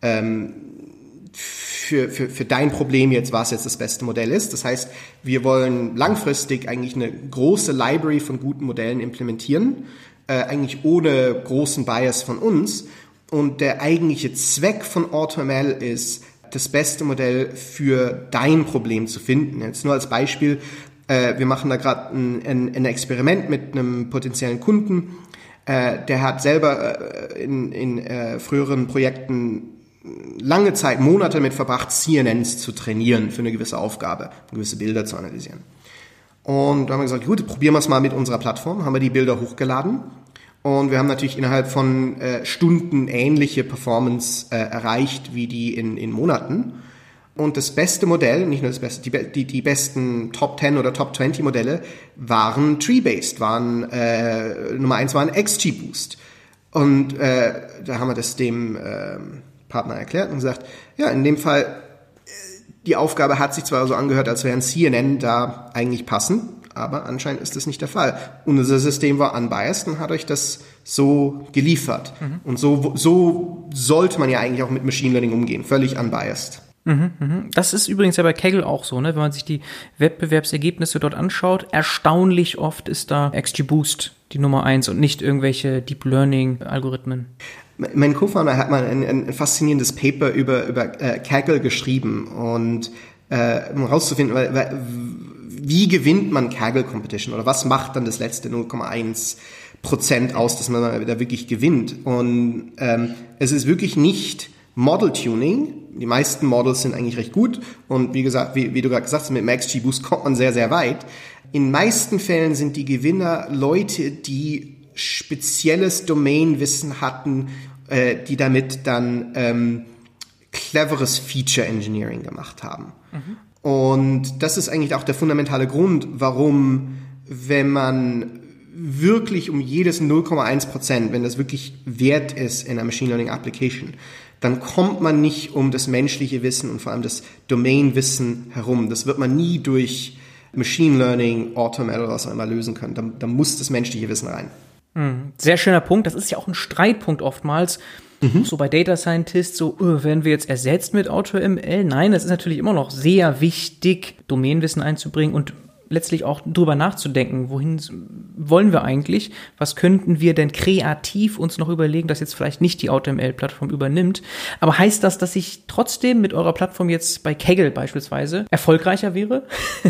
für dein Problem jetzt, was jetzt das beste Modell ist. Das heißt, wir wollen langfristig eigentlich eine große Library von guten Modellen implementieren, eigentlich ohne großen Bias von uns. Und der eigentliche Zweck von AutoML ist, das beste Modell für dein Problem zu finden. Jetzt nur als Beispiel, wir machen da gerade ein Experiment mit einem potenziellen Kunden, der hat selber in früheren Projekten lange Zeit, Monate damit verbracht, CNNs zu trainieren für eine gewisse Aufgabe, gewisse Bilder zu analysieren. Und da haben wir gesagt, gut, probieren wir es mal mit unserer Plattform, haben wir die Bilder hochgeladen und wir haben natürlich innerhalb von Stunden ähnliche Performance erreicht wie die in Monaten. Und das beste Modell, nicht nur das beste, die besten Top 10 oder Top 20 Modelle waren tree-based, Nummer 1 war ein XGBoost. Und da haben wir das dem Partner erklärt und gesagt, ja, in dem Fall, die Aufgabe hat sich zwar so angehört, als wäre ein CNN da eigentlich passend, aber anscheinend ist das nicht der Fall. Unser System war unbiased und hat euch das so geliefert. Und so sollte man ja eigentlich auch mit Machine Learning umgehen, völlig unbiased. Das ist übrigens ja bei Kaggle auch so, ne? Wenn man sich die Wettbewerbsergebnisse dort anschaut, erstaunlich oft ist da XGBoost die Nummer 1 und nicht irgendwelche Deep Learning Algorithmen. Mein Co-Founder hat mal ein faszinierendes Paper über Kaggle geschrieben und um herauszufinden, wie gewinnt man Kaggle Competition oder was macht dann das letzte 0,1% aus, dass man da wirklich gewinnt. Und es ist wirklich nicht Model Tuning. Die meisten Models sind eigentlich recht gut und wie gesagt, wie du gerade gesagt hast, mit dem XGBoost kommt man sehr, sehr weit. In meisten Fällen sind die Gewinner Leute, die spezielles Domainwissen hatten, die damit dann cleveres Feature Engineering gemacht haben. Und das ist eigentlich auch der fundamentale Grund, warum, wenn man wirklich um jedes 0,1%, wenn das wirklich wert ist in einer Machine Learning Application, dann kommt man nicht um das menschliche Wissen und vor allem das Domainwissen herum. Das wird man nie durch Machine Learning, AutoML oder was auch immer lösen können. Da muss das menschliche Wissen rein. Sehr schöner Punkt. Das ist ja auch ein Streitpunkt oftmals. So bei Data Scientists, werden wir jetzt ersetzt mit AutoML? Nein, es ist natürlich immer noch sehr wichtig, Domainwissen einzubringen und letztlich auch drüber nachzudenken, wohin wollen wir eigentlich? Was könnten wir denn kreativ uns noch überlegen, dass jetzt vielleicht nicht die AutoML-Plattform übernimmt? Aber heißt das, dass ich trotzdem mit eurer Plattform jetzt bei Kaggle beispielsweise erfolgreicher wäre?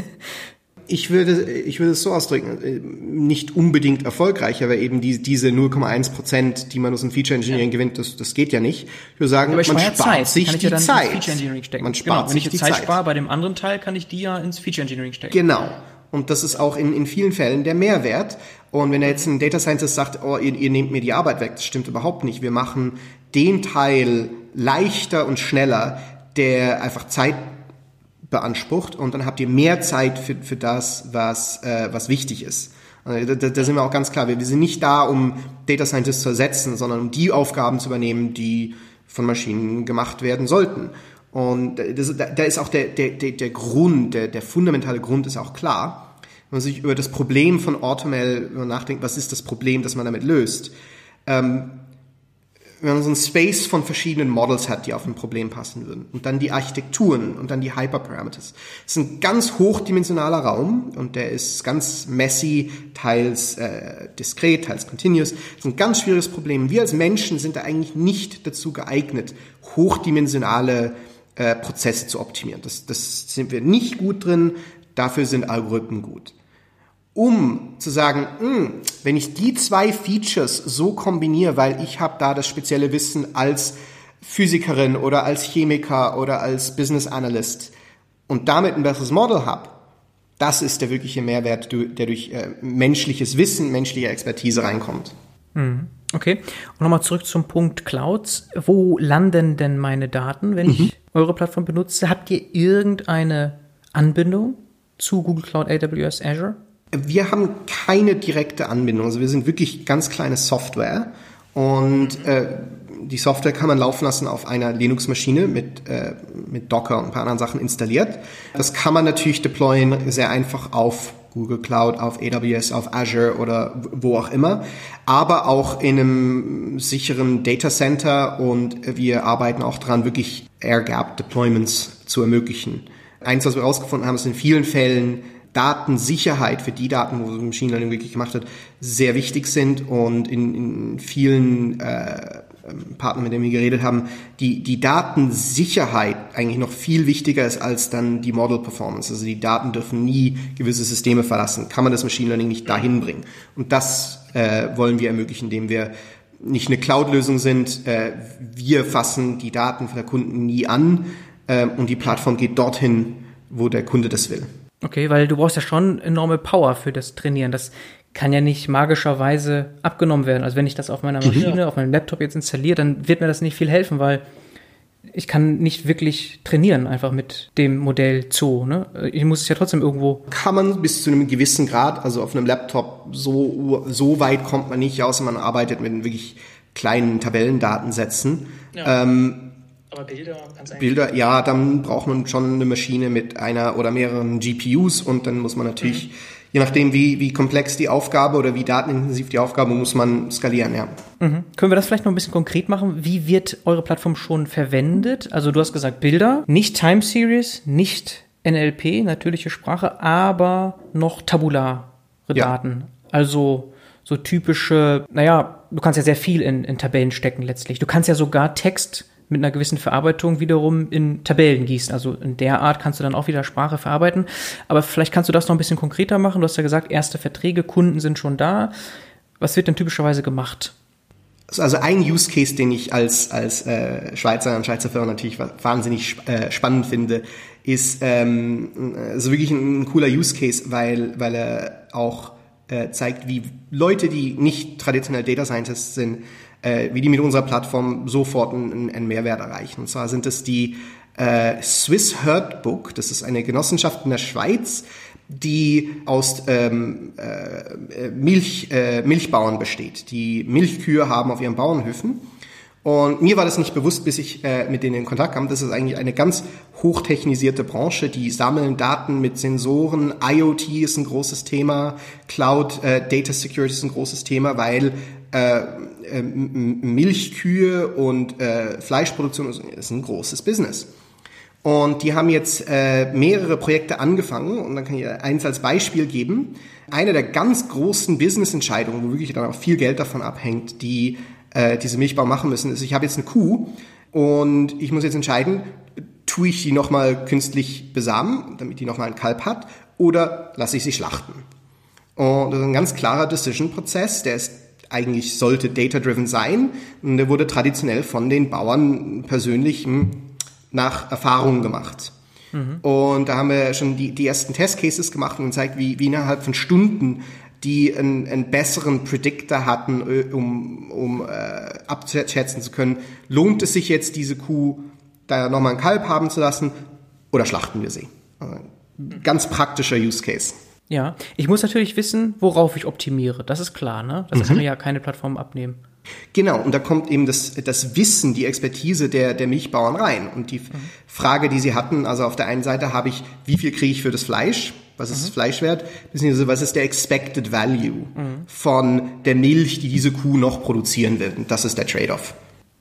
Ich würde es so ausdrücken, nicht unbedingt erfolgreicher, weil eben diese 0,1%, die man aus dem Feature Engineering gewinnt, das geht ja nicht. Ich würde sagen, man spart sich die Zeit. Man spart sich die Zeit. Wenn ich Zeit spare, bei dem anderen Teil kann ich die ja ins Feature Engineering stecken. Genau. Und das ist auch in vielen Fällen der Mehrwert. Und wenn da jetzt ein Data Scientist sagt, ihr nehmt mir die Arbeit weg, das stimmt überhaupt nicht. Wir machen den Teil leichter und schneller, der einfach Zeit beansprucht und dann habt ihr mehr Zeit für das, was wichtig ist. Da sind wir auch ganz klar, wir sind nicht da, um Data Scientists zu ersetzen, sondern um die Aufgaben zu übernehmen, die von Maschinen gemacht werden sollten. Und da ist auch der Grund, der fundamentale Grund ist auch klar. Wenn man sich über das Problem von AutoML nachdenkt, was ist das Problem, das man damit löst? wenn man so einen Space von verschiedenen Models hat, die auf ein Problem passen würden. Und dann die Architekturen und dann die Hyperparameters. Das ist ein ganz hochdimensionaler Raum und der ist ganz messy, teils diskret, teils continuous. Das ist ein ganz schwieriges Problem. Wir als Menschen sind da eigentlich nicht dazu geeignet, hochdimensionale Prozesse zu optimieren. Das sind wir nicht gut drin, dafür sind Algorithmen gut. Um zu sagen, wenn ich die zwei Features so kombiniere, weil ich habe da das spezielle Wissen als Physikerin oder als Chemiker oder als Business Analyst und damit ein besseres Model habe, das ist der wirkliche Mehrwert, der durch menschliches Wissen, menschliche Expertise reinkommt. Okay, und nochmal zurück zum Punkt Clouds. Wo landen denn meine Daten, wenn ich eure Plattform benutze? Habt ihr irgendeine Anbindung zu Google Cloud, AWS, Azure? Wir haben keine direkte Anbindung, also wir sind wirklich ganz kleine Software und die Software kann man laufen lassen auf einer Linux-Maschine mit Docker und ein paar anderen Sachen installiert. Das kann man natürlich deployen, sehr einfach auf Google Cloud, auf AWS, auf Azure oder wo auch immer, aber auch in einem sicheren Data Center und wir arbeiten auch dran, wirklich Air-Gap-Deployments zu ermöglichen. Eins, was wir herausgefunden haben, ist in vielen Fällen Datensicherheit für die Daten, wo Machine Learning wirklich gemacht wird, sehr wichtig sind und in vielen Partnern, mit denen wir geredet haben, die Datensicherheit eigentlich noch viel wichtiger ist als dann die Model Performance. Also die Daten dürfen nie gewisse Systeme verlassen. Kann man das Machine Learning nicht dahin bringen. Und das wollen wir ermöglichen, indem wir nicht eine Cloud-Lösung sind. Wir fassen die Daten von der Kunden nie an und die Plattform geht dorthin, wo der Kunde das will. Okay, weil du brauchst ja schon enorme Power für das Trainieren. Das kann ja nicht magischerweise abgenommen werden. Also wenn ich das auf meiner Maschine, auf meinem Laptop jetzt installiere, dann wird mir das nicht viel helfen, weil ich kann nicht wirklich trainieren einfach mit dem Modell Zoo. Ne? Ich muss es ja trotzdem irgendwo... Kann man bis zu einem gewissen Grad, also auf einem Laptop so weit kommt man nicht, außer man arbeitet mit wirklich kleinen Tabellendatensätzen. Ja. Aber Bilder, ja, dann braucht man schon eine Maschine mit einer oder mehreren GPUs und dann muss man natürlich, je nachdem wie komplex die Aufgabe oder wie datenintensiv die Aufgabe, muss man skalieren, ja. Können wir das vielleicht noch ein bisschen konkret machen? Wie wird eure Plattform schon verwendet? Also du hast gesagt Bilder, nicht Time Series, nicht NLP, natürliche Sprache, aber noch tabulare Daten. Also so typische, du kannst ja sehr viel in Tabellen stecken letztlich. Du kannst ja sogar Text mit einer gewissen Verarbeitung wiederum in Tabellen gießen. Also in der Art kannst du dann auch wieder Sprache verarbeiten. Aber vielleicht kannst du das noch ein bisschen konkreter machen. Du hast ja gesagt, erste Verträge, Kunden sind schon da. Was wird denn typischerweise gemacht? Also ein Use Case, den ich als Schweizer und Schweizer Firma natürlich wahnsinnig spannend finde, ist also wirklich ein cooler Use Case, weil er auch zeigt, wie Leute, die nicht traditionell Data Scientists sind, wie die mit unserer Plattform sofort einen Mehrwert erreichen. Und zwar sind es die Swiss Herd Book, das ist eine Genossenschaft in der Schweiz, die aus Milchbauern besteht, die Milchkühe haben auf ihren Bauernhöfen. Und mir war das nicht bewusst, bis ich mit denen in Kontakt kam. Das ist eigentlich eine ganz hochtechnisierte Branche. Die sammeln Daten mit Sensoren. IoT ist ein großes Thema. Cloud Data Security ist ein großes Thema, weil Milchkühe und Fleischproduktion ist ein großes Business. Und die haben jetzt mehrere Projekte angefangen und dann kann ich eins als Beispiel geben. Eine der ganz großen Business-Entscheidungen, wo wirklich dann auch viel Geld davon abhängt, die diese Milchbauern machen müssen, ist, ich habe jetzt eine Kuh und ich muss jetzt entscheiden, tue ich die nochmal künstlich besamen, damit die nochmal ein Kalb hat, oder lasse ich sie schlachten? Und das ist ein ganz klarer Decision-Prozess, der ist eigentlich sollte data-driven sein und der wurde traditionell von den Bauern persönlich nach Erfahrungen gemacht. Und da haben wir schon die ersten Testcases gemacht und gezeigt, wie innerhalb von Stunden die einen besseren Predictor hatten, um abschätzen zu können, lohnt es sich jetzt, diese Kuh da nochmal ein Kalb haben zu lassen oder schlachten wir sie? Ganz praktischer Use Case. Ja, ich muss natürlich wissen, worauf ich optimiere. Das ist klar, ne? Das kann mir ja keine Plattform abnehmen. Genau, und da kommt eben das Wissen, die Expertise der Milchbauern rein. Und die Frage, die sie hatten, also auf der einen Seite habe ich, wie viel kriege ich für das Fleisch? Was ist das Fleischwert? Beziehungsweise was ist der Expected Value von der Milch, die diese Kuh noch produzieren wird? Und das ist der Trade-off.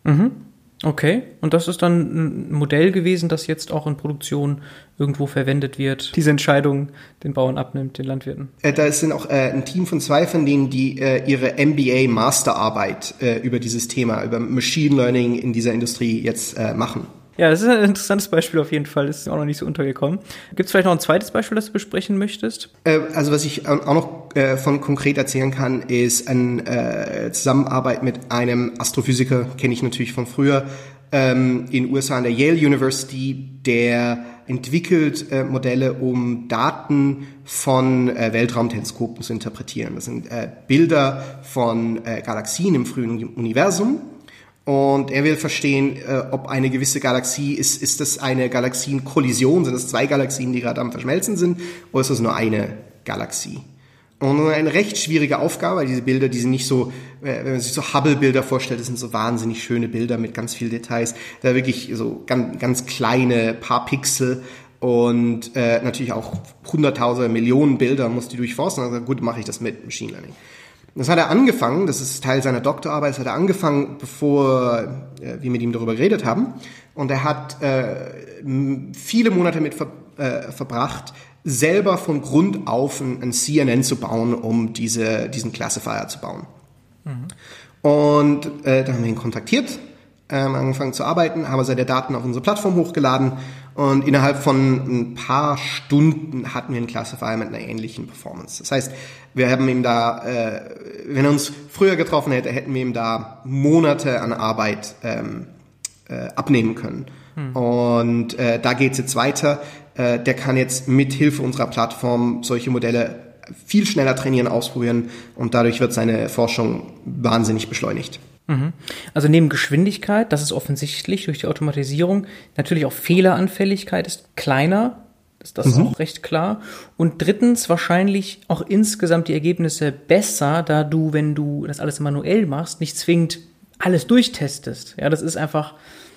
Okay, und das ist dann ein Modell gewesen, das jetzt auch in Produktion irgendwo verwendet wird, diese Entscheidung den Bauern abnimmt, den Landwirten? Da sind auch ein Team von 2 von denen, die ihre MBA-Masterarbeit über dieses Thema, über Machine Learning in dieser Industrie jetzt machen. Ja, das ist ein interessantes Beispiel auf jeden Fall. Das ist auch noch nicht so untergekommen. Gibt es vielleicht noch ein zweites Beispiel, das du besprechen möchtest? Also was ich auch noch von konkret erzählen kann, ist eine Zusammenarbeit mit einem Astrophysiker, kenne ich natürlich von früher, in USA an der Yale University, der entwickelt Modelle, um Daten von Weltraumteleskopen zu interpretieren. Das sind Bilder von Galaxien im frühen Universum. Und er will verstehen, ob eine gewisse Galaxie ist das eine Galaxienkollision, sind das 2 Galaxien, die gerade am Verschmelzen sind, oder ist das nur eine Galaxie? Und eine recht schwierige Aufgabe, weil diese Bilder, die sind nicht so, wenn man sich so Hubble-Bilder vorstellt, das sind so wahnsinnig schöne Bilder mit ganz viel Details, da wirklich so ganz kleine paar Pixel und natürlich auch hunderttausende, Millionen Bilder muss die durchforsten. Also gut, mache ich das mit Machine Learning. Das hat er angefangen, das ist Teil seiner Doktorarbeit, das hat er angefangen, bevor wir mit ihm darüber geredet haben. Und er hat viele Monate mit verbracht, selber von Grund auf ein CNN zu bauen, um diesen Classifier zu bauen. Und da haben wir ihn kontaktiert, angefangen zu arbeiten, haben seine Daten auf unsere Plattform hochgeladen und innerhalb von ein paar Stunden hatten wir einen Classifier mit einer ähnlichen Performance. Das heißt, wir haben ihm da, wenn er uns früher getroffen hätte, hätten wir ihm da Monate an Arbeit abnehmen können. Und da geht's jetzt weiter. Der kann jetzt mit Hilfe unserer Plattform solche Modelle viel schneller trainieren, ausprobieren und dadurch wird seine Forschung wahnsinnig beschleunigt. Also neben Geschwindigkeit, das ist offensichtlich durch die Automatisierung, natürlich auch Fehleranfälligkeit ist kleiner, ist das auch recht klar. Und drittens wahrscheinlich auch insgesamt die Ergebnisse besser, da du, wenn du das alles manuell machst, nicht zwingend alles durchtestest. Ja, das ist einfach,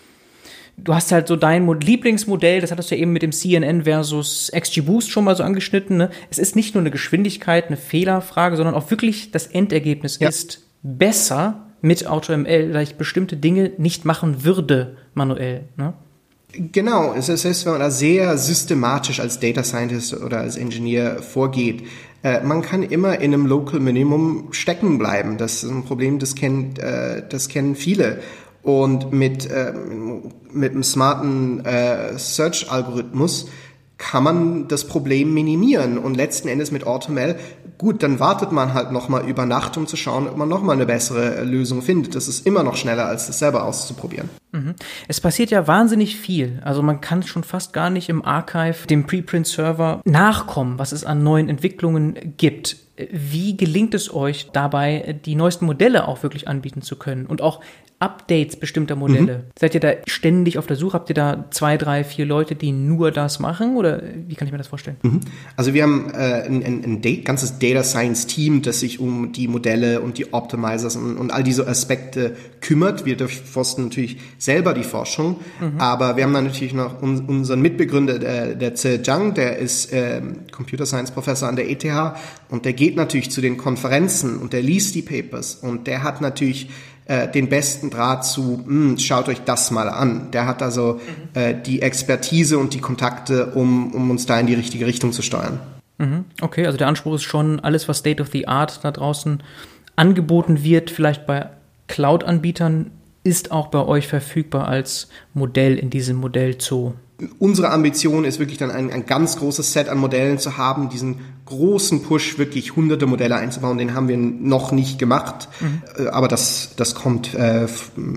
du hast halt so dein Lieblingsmodell, das hattest du ja eben mit dem CNN versus XGBoost schon mal so angeschnitten. Ne? Es ist nicht nur eine Geschwindigkeit, eine Fehlerfrage, sondern auch wirklich das Endergebnis ist besser mit AutoML, da ich bestimmte Dinge nicht machen würde manuell. Ne? Genau, es heißt, wenn man da sehr systematisch als Data Scientist oder als Engineer vorgeht, man kann immer in einem Local Minimum stecken bleiben. Das ist ein Problem, das kennen viele. Und mit einem smarten Search-Algorithmus kann man das Problem minimieren. Und letzten Endes mit AutoML, gut, dann wartet man halt nochmal über Nacht, um zu schauen, ob man nochmal eine bessere Lösung findet. Das ist immer noch schneller, als das selber auszuprobieren. Es passiert ja wahnsinnig viel. Also man kann schon fast gar nicht im Archive, dem Preprint-Server, nachkommen, was es an neuen Entwicklungen gibt. Wie gelingt es euch dabei, die neuesten Modelle auch wirklich anbieten zu können und auch Updates bestimmter Modelle? Seid ihr da ständig auf der Suche? Habt ihr da 2, 3, 4 Leute, die nur das machen? Oder wie kann ich mir das vorstellen? Also wir haben ein ganzes Data Science Team, das sich um die Modelle und die Optimizers und all diese Aspekte kümmert. Wir durchforsten natürlich selber die Forschung, aber wir haben dann natürlich noch unseren Mitbegründer, der Tse Zhang, der ist Computer Science Professor an der ETH und der geht natürlich zu den Konferenzen und der liest die Papers und der hat natürlich den besten Draht zu, schaut euch das mal an. Der hat also die Expertise und die Kontakte, um uns da in die richtige Richtung zu steuern. Okay, also der Anspruch ist schon, alles, was State of the Art da draußen angeboten wird, vielleicht bei Cloud-Anbietern, ist auch bei euch verfügbar als Modell in diesem Modellzoo. Unsere Ambition ist wirklich dann ein ganz großes Set an Modellen zu haben, diesen großen Push, wirklich hunderte Modelle einzubauen, den haben wir noch nicht gemacht, aber das kommt in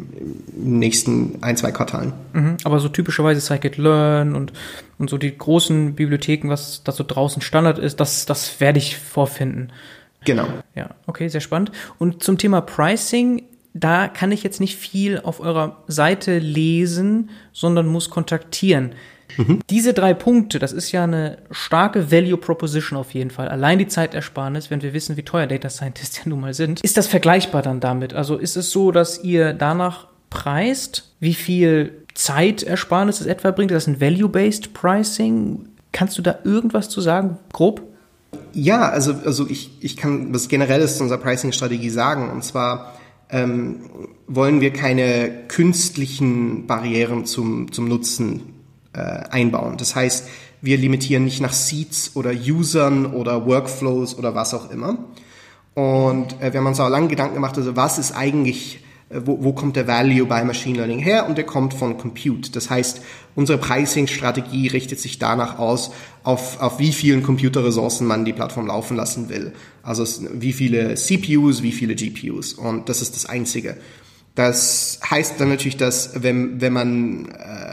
den nächsten 1, 2 Quartalen. Aber so typischerweise Scikit-Learn und so die großen Bibliotheken, was da so draußen Standard ist, das werde ich vorfinden. Genau. Ja, okay, sehr spannend. Und zum Thema Pricing, da kann ich jetzt nicht viel auf eurer Seite lesen, sondern muss kontaktieren. Diese 3 Punkte, das ist ja eine starke Value Proposition auf jeden Fall. Allein die Zeitersparnis, wenn wir wissen, wie teuer Data Scientists ja nun mal sind. Ist das vergleichbar dann damit? Also ist es so, dass ihr danach preist, wie viel Zeitersparnis es etwa bringt? Ist das ein Value-Based Pricing? Kannst du da irgendwas zu sagen, grob? Ja, also ich kann was Generelles zu unserer Pricing-Strategie sagen. Und zwar, wollen wir keine künstlichen Barrieren zum Nutzen einbauen. Das heißt, wir limitieren nicht nach Seats oder Usern oder Workflows oder was auch immer. Und wir haben uns auch lange Gedanken gemacht, also was ist eigentlich, wo kommt der Value bei Machine Learning her? Und der kommt von Compute. Das heißt, unsere Pricing-Strategie richtet sich danach aus, auf wie vielen Computerressourcen man die Plattform laufen lassen will. Also wie viele CPUs, wie viele GPUs. Und das ist das Einzige. Das heißt dann natürlich, dass wenn man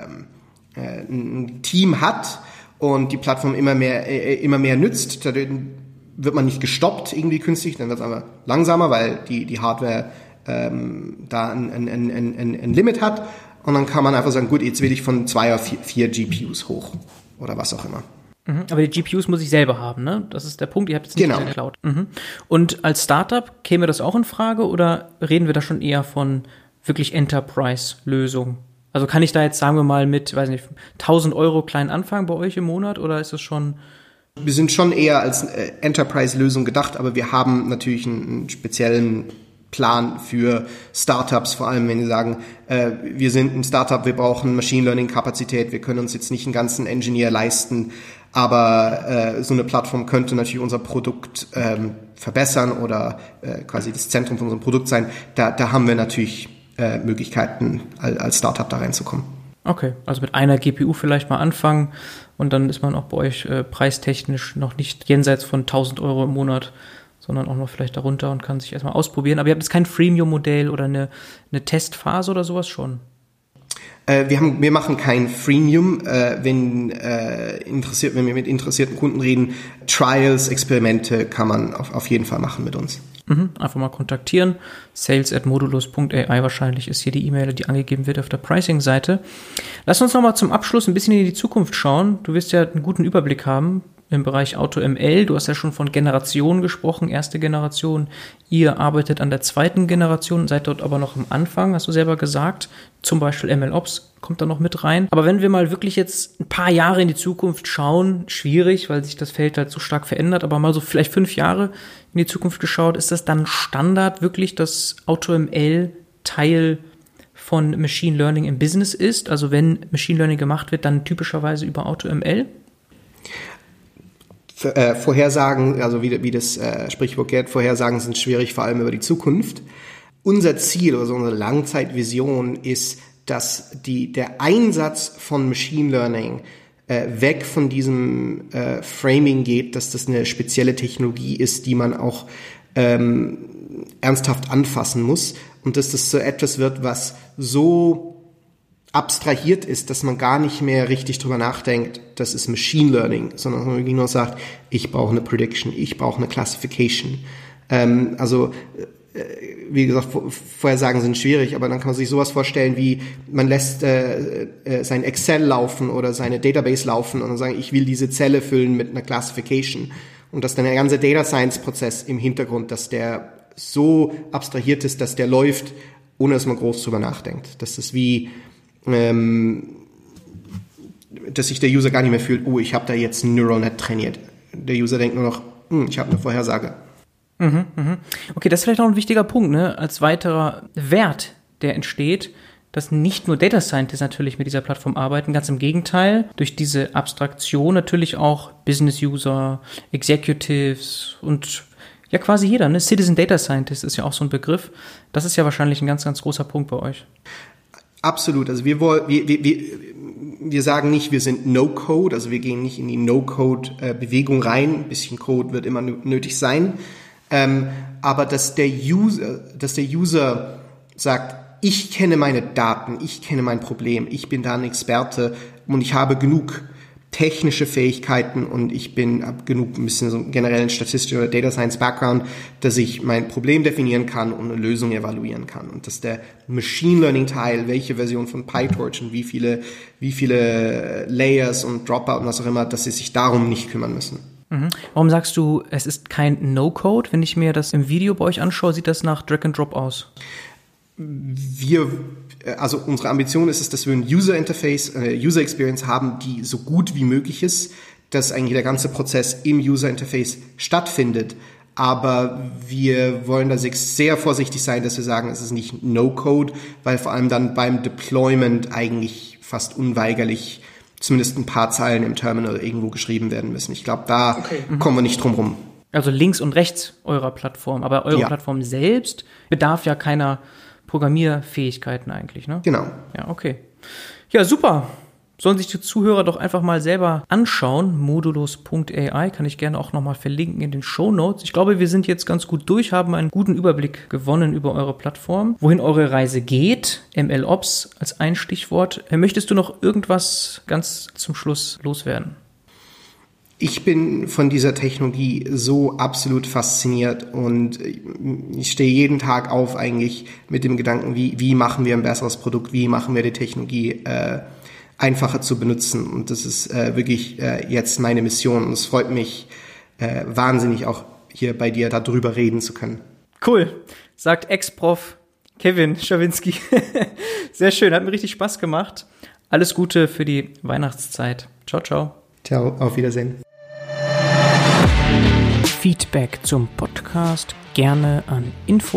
ein Team hat und die Plattform immer mehr nützt, dann wird man nicht gestoppt irgendwie künstlich, dann wird es aber langsamer, weil die Hardware da ein Limit hat. Und dann kann man einfach sagen, gut, jetzt will ich von 2 auf 4 GPUs hoch oder was auch immer. Aber die GPUs muss ich selber haben, ne? Das ist der Punkt, ihr habt jetzt nicht in der Cloud. Und als Startup käme das auch in Frage oder reden wir da schon eher von wirklich Enterprise-Lösungen? Also kann ich da jetzt, sagen wir mal, mit, weiß nicht, 1.000 € klein anfangen bei euch im Monat oder ist das schon... Wir sind schon eher als Enterprise-Lösung gedacht, aber wir haben natürlich einen speziellen Plan für Startups, vor allem wenn sie sagen, wir sind ein Startup, wir brauchen Machine Learning Kapazität, wir können uns jetzt nicht einen ganzen Engineer leisten, aber so eine Plattform könnte natürlich unser Produkt verbessern oder quasi das Zentrum von unserem Produkt sein. Da haben wir natürlich Möglichkeiten, als Startup da reinzukommen. Okay, also mit einer GPU vielleicht mal anfangen und dann ist man auch bei euch preistechnisch noch nicht jenseits von 1.000 € im Monat, sondern auch noch vielleicht darunter und kann sich erstmal ausprobieren. Aber ihr habt jetzt kein Freemium-Modell oder eine Testphase oder sowas schon? Wir machen kein Freemium, wenn wir mit interessierten Kunden reden. Trials, Experimente kann man auf jeden Fall machen mit uns. Einfach mal kontaktieren. sales@modulus.ai wahrscheinlich ist hier die E-Mail, die angegeben wird auf der Pricing-Seite. Lass uns nochmal zum Abschluss ein bisschen in die Zukunft schauen. Du wirst ja einen guten Überblick haben im Bereich AutoML. Du hast ja schon von Generationen gesprochen, erste Generation. Ihr arbeitet an der zweiten Generation, seid dort aber noch am Anfang, hast du selber gesagt. Zum Beispiel MLOps kommt da noch mit rein. Aber wenn wir mal wirklich jetzt ein paar Jahre in die Zukunft schauen, schwierig, weil sich das Feld halt so stark verändert, aber mal so vielleicht 5 Jahre in die Zukunft geschaut, ist das dann Standard wirklich, dass AutoML Teil von Machine Learning im Business ist? Also wenn Machine Learning gemacht wird, dann typischerweise über AutoML? Vorhersagen, also wie das Sprichwort geht, Vorhersagen sind schwierig, vor allem über die Zukunft. Unser Ziel, also unsere Langzeitvision ist, dass der Einsatz von Machine Learning weg von diesem Framing geht, dass das eine spezielle Technologie ist, die man auch ernsthaft anfassen muss und dass das so etwas wird, was so abstrahiert ist, dass man gar nicht mehr richtig drüber nachdenkt, das ist Machine Learning, sondern man wirklich nur sagt, ich brauche eine Prediction, ich brauche eine Classification. Wie gesagt, Vorhersagen sind schwierig, aber dann kann man sich sowas vorstellen wie, man lässt sein Excel laufen oder seine Database laufen und dann sagen, ich will diese Zelle füllen mit einer Classification. Und dass dann der ganze Data Science Prozess im Hintergrund, dass der so abstrahiert ist, dass der läuft, ohne dass man groß drüber nachdenkt. Das ist wie, dass sich der User gar nicht mehr fühlt, oh, ich habe da jetzt ein Neural Net trainiert. Der User denkt nur noch, ich habe eine Vorhersage. Okay, das ist vielleicht auch ein wichtiger Punkt, ne? Als weiterer Wert, der entsteht, dass nicht nur Data Scientists natürlich mit dieser Plattform arbeiten, ganz im Gegenteil, durch diese Abstraktion natürlich auch Business User, Executives und ja quasi jeder, ne? Citizen Data Scientist ist ja auch so ein Begriff. Das ist ja wahrscheinlich ein ganz, ganz großer Punkt bei euch. Absolut. Also wir sagen nicht, wir sind No-Code, also wir gehen nicht in die No-Code-Bewegung rein. Ein bisschen Code wird immer nötig sein. Aber dass der User sagt, ich kenne meine Daten, ich kenne mein Problem, ich bin da ein Experte und ich habe genug technische Fähigkeiten und habe genug ein bisschen so einen generellen statistischen oder Data Science Background, dass ich mein Problem definieren kann und eine Lösung evaluieren kann. Und dass der Machine Learning Teil, welche Version von PyTorch und wie viele Layers und Dropout und was auch immer, dass sie sich darum nicht kümmern müssen. Warum sagst du, es ist kein No-Code? Wenn ich mir das im Video bei euch anschaue, sieht das nach Drag-and-Drop aus? Also unsere Ambition ist es, dass wir ein User Interface, eine User Experience haben, die so gut wie möglich ist, dass eigentlich der ganze Prozess im User Interface stattfindet. Aber wir wollen da sehr vorsichtig sein, dass wir sagen, es ist nicht No-Code, weil vor allem dann beim Deployment eigentlich fast unweigerlich zumindest ein paar Zeilen im Terminal irgendwo geschrieben werden müssen. Ich glaube, da kommen wir nicht drum rum. Also links und rechts eurer Plattform. Aber eure Plattform selbst bedarf ja keiner Programmierfähigkeiten eigentlich, ne? Genau. Ja, okay. Ja, super. Sollen sich die Zuhörer doch einfach mal selber anschauen. Modulus.ai kann ich gerne auch nochmal verlinken in den Shownotes. Ich glaube, wir sind jetzt ganz gut durch, haben einen guten Überblick gewonnen über eure Plattform, wohin eure Reise geht. MLOps als ein Stichwort. Möchtest du noch irgendwas ganz zum Schluss loswerden? Ich bin von dieser Technologie so absolut fasziniert und ich stehe jeden Tag auf eigentlich mit dem Gedanken, wie machen wir ein besseres Produkt, wie machen wir die Technologie einfacher zu benutzen. Und das ist wirklich jetzt meine Mission. Und es freut mich wahnsinnig, auch hier bei dir darüber reden zu können. Cool, sagt Ex-Prof Kevin Schawinski. Sehr schön, hat mir richtig Spaß gemacht. Alles Gute für die Weihnachtszeit. Ciao, ciao. Ciao, auf Wiedersehen. Feedback zum Podcast gerne an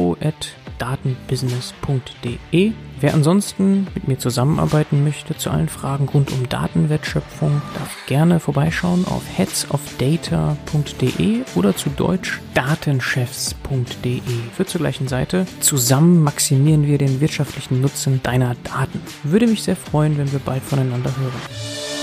info@datenbusiness.de. Wer ansonsten mit mir zusammenarbeiten möchte zu allen Fragen rund um Datenwertschöpfung, darf gerne vorbeischauen auf headsofdata.de oder zu Deutsch datenchefs.de. Führt zur gleichen Seite. Zusammen maximieren wir den wirtschaftlichen Nutzen deiner Daten. Würde mich sehr freuen, wenn wir bald voneinander hören.